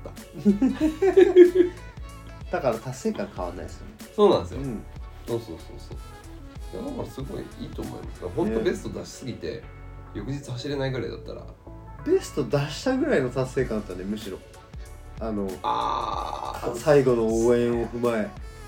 だから達成感変わんないですよね。 そうなんですよ。そうだからすごいいいと思います。本当ベスト出しすぎて翌日走れないぐらいだったらベスト出したぐらいの達成感だったね、むしろ。最後の応援を踏ま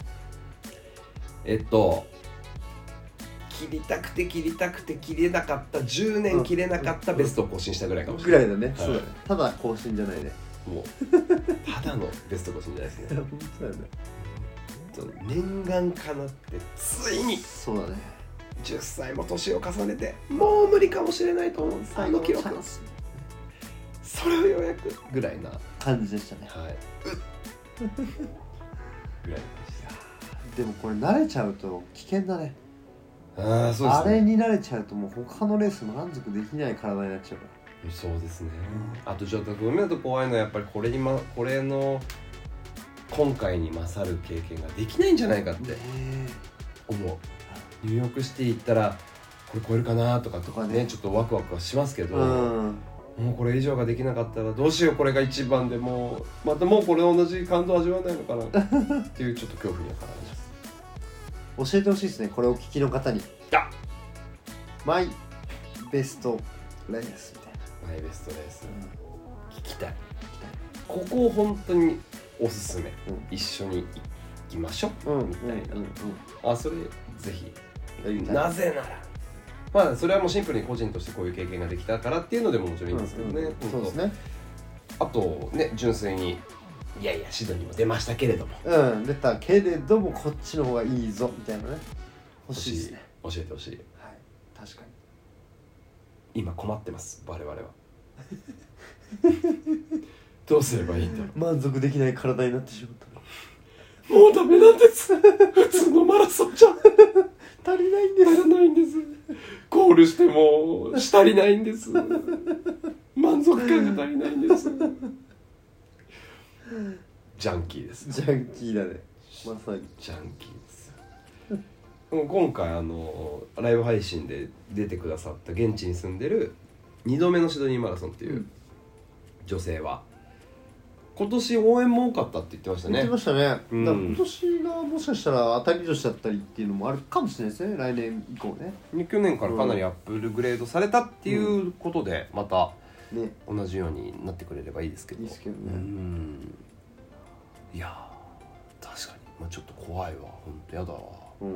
え切りたくて切れなかった10年切れなかったベストを更新したぐらいかもしれない。 ぐらいだね。そうだね。ただ更新じゃないね。 もうただのベスト更新じゃないですね。 本当だよね。 念願かなってついにそうだね。 10歳も年を重ねてもう無理かもしれないと思う最後記録、それをようやくぐらいな感じでしたね。 はいぐらいでした。 でもこれ慣れちゃうと危険だね。 そうですね。 あれに慣れちゃうともう他のレース満足できない体になっちゃうから。 そうですね。あとちょっとごめんと怖いのはやっぱりこれの今回に勝る経験ができないんじゃないかって思う。ニューヨークシティ行ったらこれ超えるかなとかね、ちょっとワクワクはしますけど、もうこれ以上ができなかったらどうしよう、これが一番でもうまたもうこれ同じ感動味わえないのかなっていうちょっと恐怖にはかられます。 教えてほしいですね、これをお聞きの方に。マイベストレースみたいな。 マイベストレース、聞きたい。ここを本当におすすめ、一緒に行きましょう、みたいな。それぜひ。なぜならまあそれはもうシンプルに個人としてこういう経験ができたからっていうのでももちろんいいんですけどね。 そうですね。 あとね、純粋にいやいやシドニーも出ましたけれども、 出たけれどもこっちの方がいいぞみたいなね、欲しいですね。 教えてほしい。 はい、確かに今困ってます我々はどうすればいいんだろう。 満足できない体になってしまった。 もうダメなんです普通のマラソンじゃ足りないんです。 足りないんです。ゴールしても足りないんです。満足感が足りないんです。ジャンキーです。 ジャンキーだね、まさにジャンキーですよ。今回ライブ配信で出てくださった現地に住んでる2度目のシドニーマラソンっていう女性は今年応援も多かったって言ってましたね。 言ってましたね、だからうん今年がもしかしたら当たり年だったりっていうのもあるかもしれないですね、来年以降ね。 去年からかなりアップグレードされたっていうことで、またね、 同じようになってくれればいいですけど。 いいですけどね。 いやー確かに、まあ、ちょっと怖いわ、ほんとやだわ。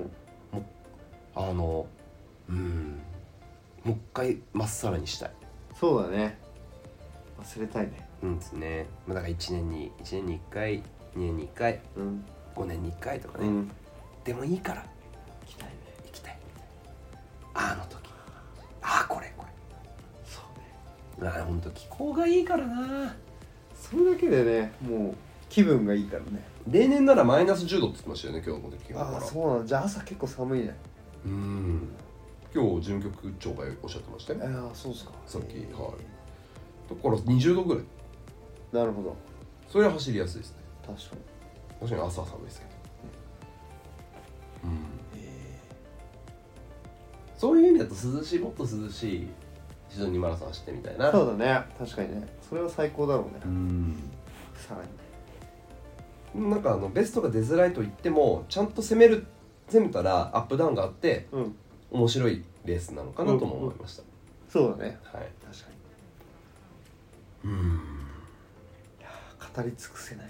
もう一回まっさらにしたい。 そうだね、忘れたいね。 うんですね。まあ、だから1年に1回2年に1回5年に1回とかね、でもいいから行きたいね。 行きたい。あの時これそうね、 ほんと気候がいいからな。 それだけでね、もう気分がいいからね。 例年ならマイナス10度って言ってましたよね、今日の時ああ、そうなんだ。じゃあ朝結構寒いね。 今日事務局長がおっしゃってましたよ。 ああ、そうですか。 さっき、だから20度ぐらい。 なるほど。 それは走りやすいですね。 確かに。 確かに朝は寒いですけど、そういう意味だと涼しい、もっと涼しいシドニーマラソン走ってみたいな。 そうだね、確かにね。それは最高だろうね。さらになんかベストが出づらいと言っても、ちゃんと攻めたらアップダウンがあって、面白いレースなのかなとも思いました。 そうだね、 はい、 確かに。いや語り尽くせない。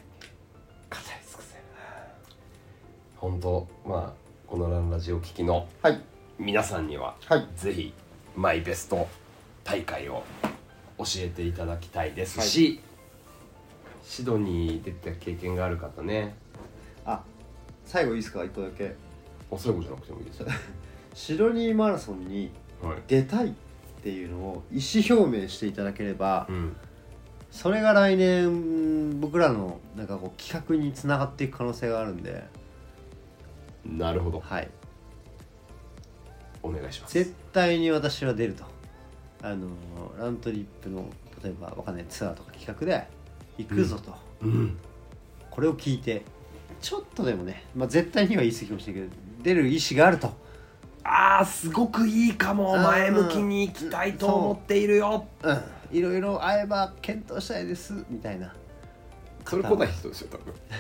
本当、まあこのランラジオ聞きの皆さんには、ぜひマイベスト大会を教えていただきたいですし、シドニー出た経験がある方ね。 最後いいですか、一個だけ。 最後じゃなくてもいいですよ。 シドニーマラソンに出たいっていうのを意思表明していただければ、それが来年僕らのなんかこう企画につながっていく可能性があるんで。 なるほど、 はい、 お願いします。 絶対に私は出ると。ラントリップの例えばわかんないツアーとか企画で行くぞと、これを聞いてちょっとでもね、絶対には言い過ぎかもしれないけど出る意思があると。 すごくいいかも。前向きに行きたいと思っているよ。 いろいろ会えば検討したいですみたいな。 それ答え人ですよ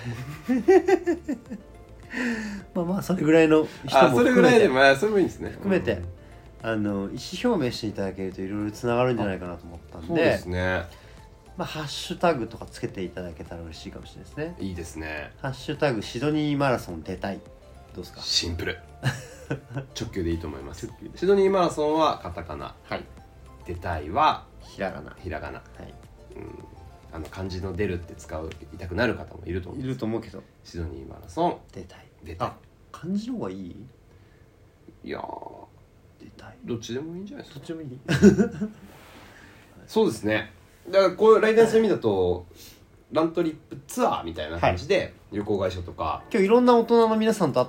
多分。 それぐらいの人も含めて、 それぐらいで、それもいいですね。 含めて、意思表明していただけるといろいろつながるんじゃないかなと思ったんで。 そうですね。 ハッシュタグとかつけていただけたら嬉しいかもしれないですね。 いいですね。 ハッシュタグシドニーマラソン出たい。どうですか。 シンプル。直球でいいと思います。シドニーマラソンはカタカナ、出たいはひらがな。 漢字の出るっていたくなる方もいると思う。 いると思うけど、 シドニーマラソン出たい。 漢字の方がいい。 いや出たい。 どっちでもいいんじゃないですか。 どっちでもいい。 そうですね。だからこう来年そういう意味だとラントリップツアーみたいな感じで、旅行会社とか今日いろんな大人の皆さんと会って、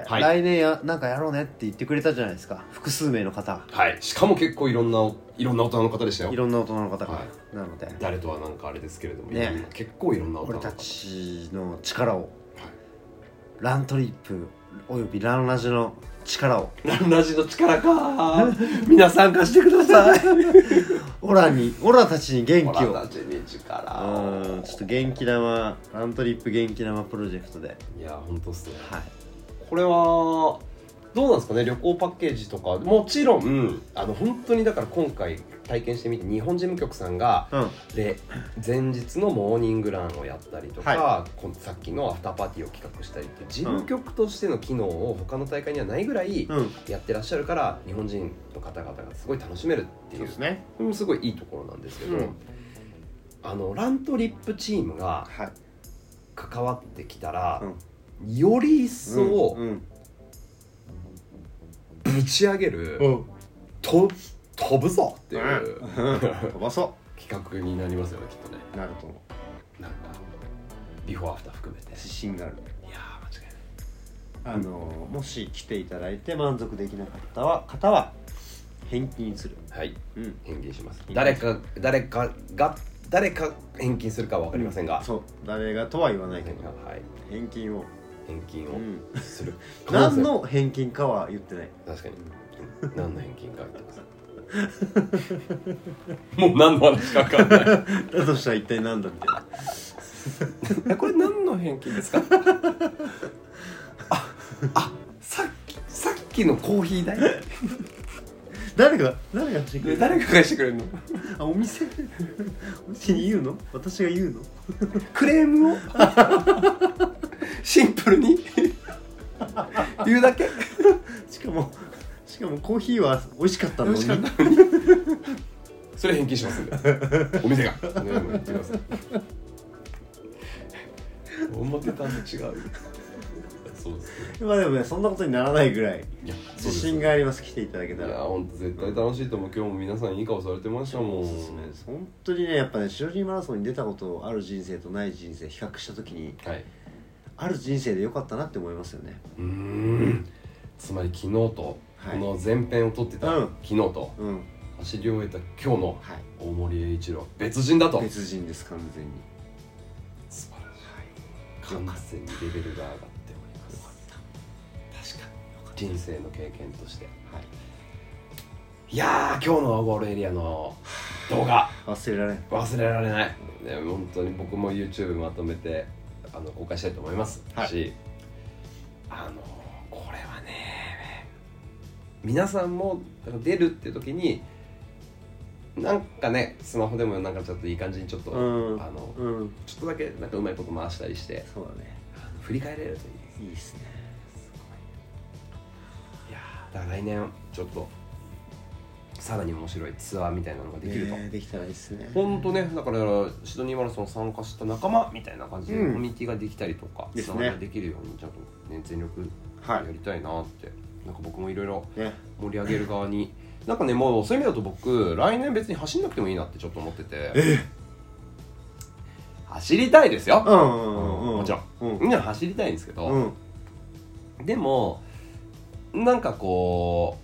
来年なんかやろうねって言ってくれたじゃないですか、複数名の方。 しかも結構いろんな大人の方でしたよ。 いろんな大人の方が、なので誰とはなんかあれですけれども、結構いろんな大人の方、 俺たちの力を、ラントリップおよびランラジの力を、 ランラジの力か皆参加してください。 オラたちに元気を。 オラたちに力を。 ちょっと元気玉、ラントリップ元気玉プロジェクトで。 いや本当っすね。これはどうなんですかね、旅行パッケージとか。もちろん本当にだから今回体験してみて、日本事務局さんが、で前日のモーニングランをやったりとか、さっきのアフターパーティーを企画したりっていう事務局としての機能を他の大会にはないぐらいやってらっしゃるから、日本人の方々がすごい楽しめるっていう、 そうですね、 これもすごいいいところなんですけど、ラントリップチームが関わってきたら、より一層ぶち上げる、飛ぶぞっていう飛ばそう企画になりますよね、きっとね。 なると思う。 なんかビフォーアフター含めて自信がある。 いや間違いない。 もし来ていただいて満足できなかった方は返金する。 返金します。誰か返金するかは分かりませんが、 そう誰がとは言わないけど、返金をする。 何の返金かは言ってない。 確かに何の返金か言ってます。もう何の話か分かんない。 だとしたら一体何だみたいな。 これ何の返金ですか？さっきのコーヒー代誰がしてくれる？ 誰が返してくれるの？ お店に言うの？私が言うの？ クレームをシンプルに言うだけ。 しかもコーヒーは美味しかったのに。 それ返金しますんで、お店が言ってください。思ってたの違う。そうですね。 まあでもね、そんなことにならないぐらい自信があります。来ていただけたら。 いや本当絶対楽しいと思う。今日も皆さんいい顔されてましたもん。 本当にね、やっぱね、シドニーマラソンに出たことある人生とない人生比較したときに、はい、ある人生で良かったなって思いますよね。 つまり昨日と、この前編を撮ってた昨日と、走り終えた今日の大森栄一郎は別人だと。 別人です、完全に。 素晴らしい。完全にレベルが上がっております。確かに人生の経験として、いやー、今日のオーゴールエリアの動画忘れられない。 ね、本当に僕も YouTube まとめて公開したいと思いますし、これはね、皆さんも出るっていう時になんかね、スマホでもなんかちょっといい感じにちょっと、ちょっとだけなんかうまいこと回したりして、 そうだね、 振り返れるといいですね。いやだから来年ちょっとさらに面白いツアーみたいなのができると、 できたらいいですね。 ほんとね、だからシドニーマラソン参加した仲間みたいな感じでコミュニティができたりとか、ツアーができるようにちゃんと、ね、全力やりたいなって、なんか僕もいろいろ盛り上げる側に、なんかね、もうそういう意味だと僕来年別に走んなくてもいいなってちょっと思ってて、走りたいですよ、もちろん、みんな走りたいんですけど、でもなんかこ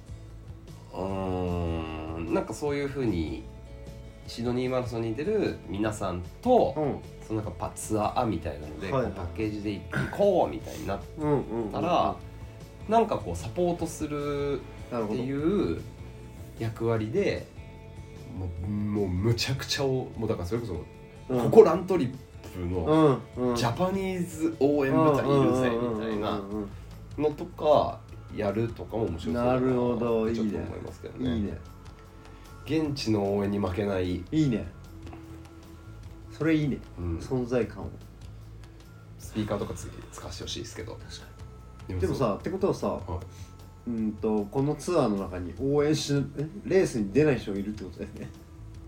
うなんかそういう風にシドニーマラソンに出る皆さんと、そのなんかツアーみたいなので、パッケージで行こうみたいになったら、なんかこうサポートするっていう役割でもうむちゃくちゃもうだからそれこそ、ここラントリップのジャパニーズ応援部隊いるぜみたいなのとかやるとかも面白そうだなってちょっと思いますけどね。いいね。現地の応援に負けない。 いいね。それいいね。存在感を。 スピーカーとか使わせてほしいですけど。確かに。 でもさ、ってことはさ、このツアーの中に応援レースに出ない人がいるってことですね。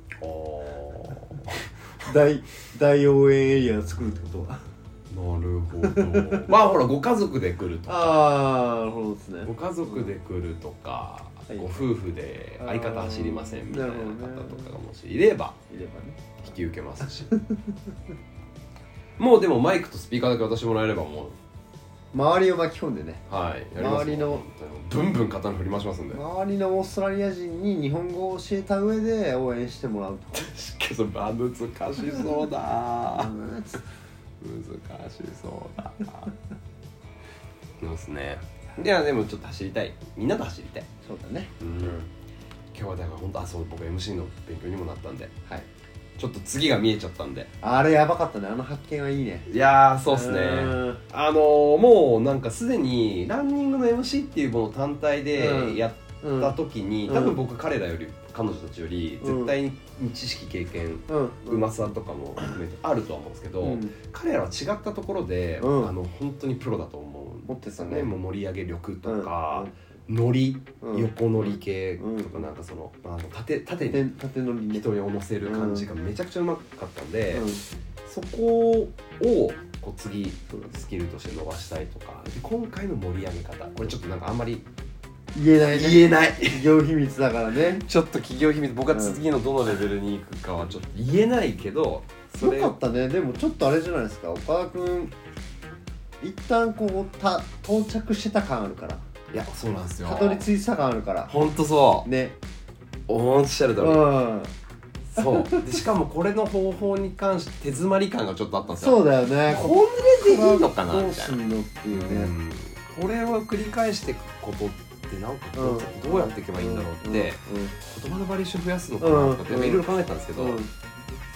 大応援エリアを作るってことは。 なるほど。まあほら、ご家族で来るとか、 なるほどですね。 ご家族で来るとか、ご夫婦で相方走りませんみたいな方とかがもしいれば引き受けますし、もうでもマイクとスピーカーだけ渡してもらえればもう周りを巻き込んでね、 周りのブンブン刀振り回しますんで、 周りのオーストラリア人に日本語を教えた上で応援してもらうと。 けど難しそうだ難しそうだそうですね。でもちょっと走りたい、みんなと走りたい。 そうだね。 今日はだから本当そう、僕 MC の勉強にもなったんで、ちょっと次が見えちゃったんで、 あれやばかったね、あの発見はいいね。 いやー、そうっすね。もうなんかすでにランニングの MC っていうものを単体でやった時に、多分僕彼らより彼女たちより絶対に知識経験、うまさとかも含めてあるとは思うんですけど、彼らは違ったところで、本当にプロだと思うんですよね。もう盛り上げ力とか、ノリ、横乗り系とか、なんかその縦に人を乗せる感じがめちゃくちゃうまかったんで、そこをこう次スキルとして伸ばしたいとか。で今回の盛り上げ方、これちょっとなんかあんまり言えないね。 言えない企業秘密だからね。 ちょっと企業秘密、僕は次のどのレベルに行くかはちょっと言えないけど、それよかったね。でもちょっとあれじゃないですか、岡田君一旦こう到着してた感あるから。 いや、そうなんですよ。 たどり着いてた感あるから。 ほんとそうね。おっしゃる通り。そうで、しかもこれの方法に関して手詰まり感がちょっとあったんですよ。 そうだよね。 これでいいのかなみたいな。 どうすんのっていうね。 これを繰り返していくことってなんかどうやっていけばいいんだろうって、言葉のバリエーション増やすのかなとかいろいろ考えたんですけど、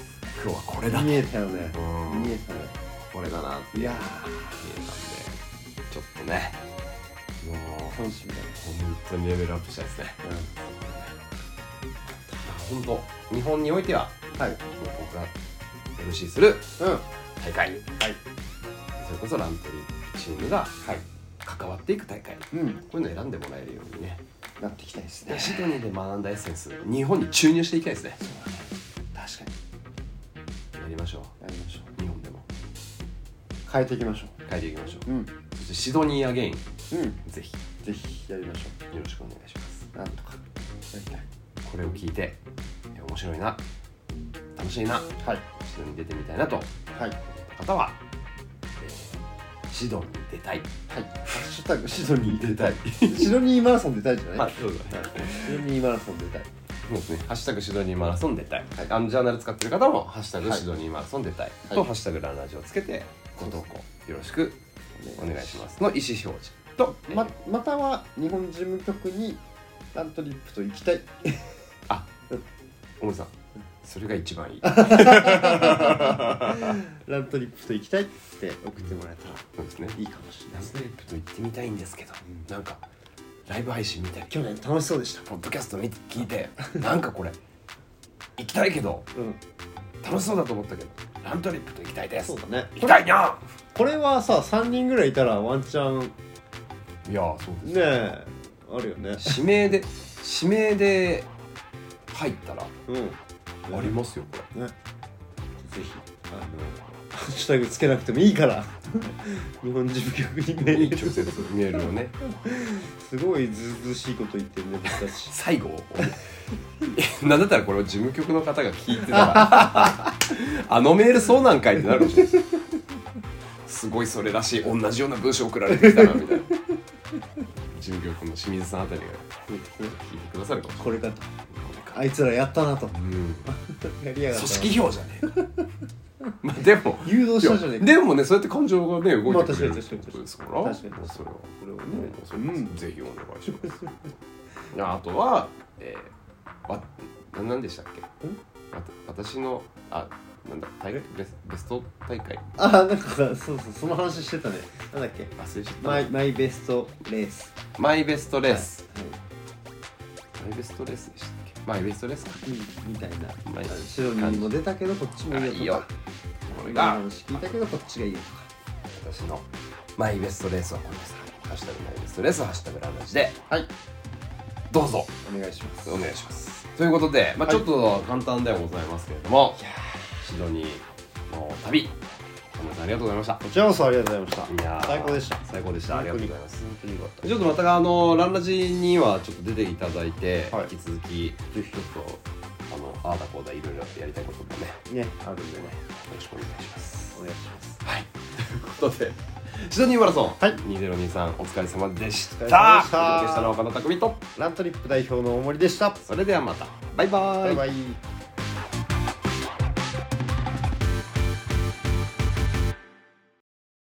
今日はこれだ見えたよね。 うん見えたね。 これだなっていや見えたんでちょっとねもう楽しみだね。 本当にレベルアップしたいですね。本当日本においてははい。 僕が MC するうん。 大会、 はい。 それこそラントリーチームがはい。 関わっていく大会、 うん。 こういうの選んでもらえるようにね、 なっていきたいですね。 シドニーで学んだエッセンス日本に注入していきたいですね。 確かに。 やりましょやりましょう。日本でもう。変えていきましょ変えていきましょう。 う。うん。 そしてシドニーアゲインうん。 ぜひぜひやりましょよろしくお願いします。 う。なんとか。やりたい。 これを聞いて面白いな楽しいなはい。 シドニー出てみたいなとはい。 方は、シドニー出たいはい。ハッシュタグシドニー出たいシドニーマラソン出たいじゃない？ はいそうだねシドニーマラソン出たい。 そうですね、ハッシュタグシドニーマラソン出たい、 はいジャーナル使ってる方もハッシュタグはいシドニーマラソン出たい、 はいとハッシュタグランラジをつけてご投稿よろしくお願いしますの意思表示と、 または日本事務局にラントリップと行きたい。 あ大森さんそれが一番いいラントリップと行きたいって送ってもらえたらそうですねいいかもしれないラントリップと行ってみたいんですけど、なんかライブ配信見て去年楽しそうでした。 ポッドキャスト見て聞いてなんかこれ行きたいけどうん。 楽しそうだと思ったけどラントリップと行きたいですそうだね。 行きたいなこれはさ3人ぐらいいたらワンチャンいやそうですねえあるよね。 指名で入ったらうん。 ありますよこれね。ぜひハッシュタグつけなくてもいいから日本事務局にメール直接メールをねすごいずうずうしいこと言ってるね僕たち。 最後なんだったらこれを事務局の方が聞いてたらあのメールそうなんかいってなるかもしれないですすごいそれらしい同じような文章送られてきたなみたいな事務局の清水さんあたりが聞いてくださるかもしれないこれかとあいつらやったなとうんやりやがったな。 組織票じゃねえかまあでも誘導したじゃねえか。 でもねそうやって感情がね動いてくれるってまあ確かにことですから、 確かにそれはそれをねそれはぜひお願いしますあとは、何でしたっけ私のなんだベスト大会なんかさそうその話してたね。なんだっけ忘れちゃったマイベストレース。 マイベストレース、 はいマイベストレースでしたっけマイベストレースかみたいな。 マイシドニーにも出たけどこっちもいいよとか。 いいよこれ今のが話聞いたけどこっちがいいよ私のマイベストレースはこれですハッシュタグマイベストレースハッシュタグランラジでとか。はい。 どうぞお願いします。 お願いしますということで、ちょっと簡単ではございますけれども、シドニーの旅小村さんありがとうございました。 こちらこそありがとうございました。 いやー最高でした。 最高でした。ありがとうございます。 本当によかった。 ちょっとまたランラジにはちょっと出ていただいて、 はい引き続きちょっとああだこうだいろいろやりたいこともねあるんでね。 よろしくお願いします。 お願いします。 はい。ということでシドニーマラソン、 はい 2023お疲れ様でしお疲れた。 様でしたお届けしたのは岡野匠と、 ラントリップ代表の大森でした。 それではまたバイバーイ。 バイバイ。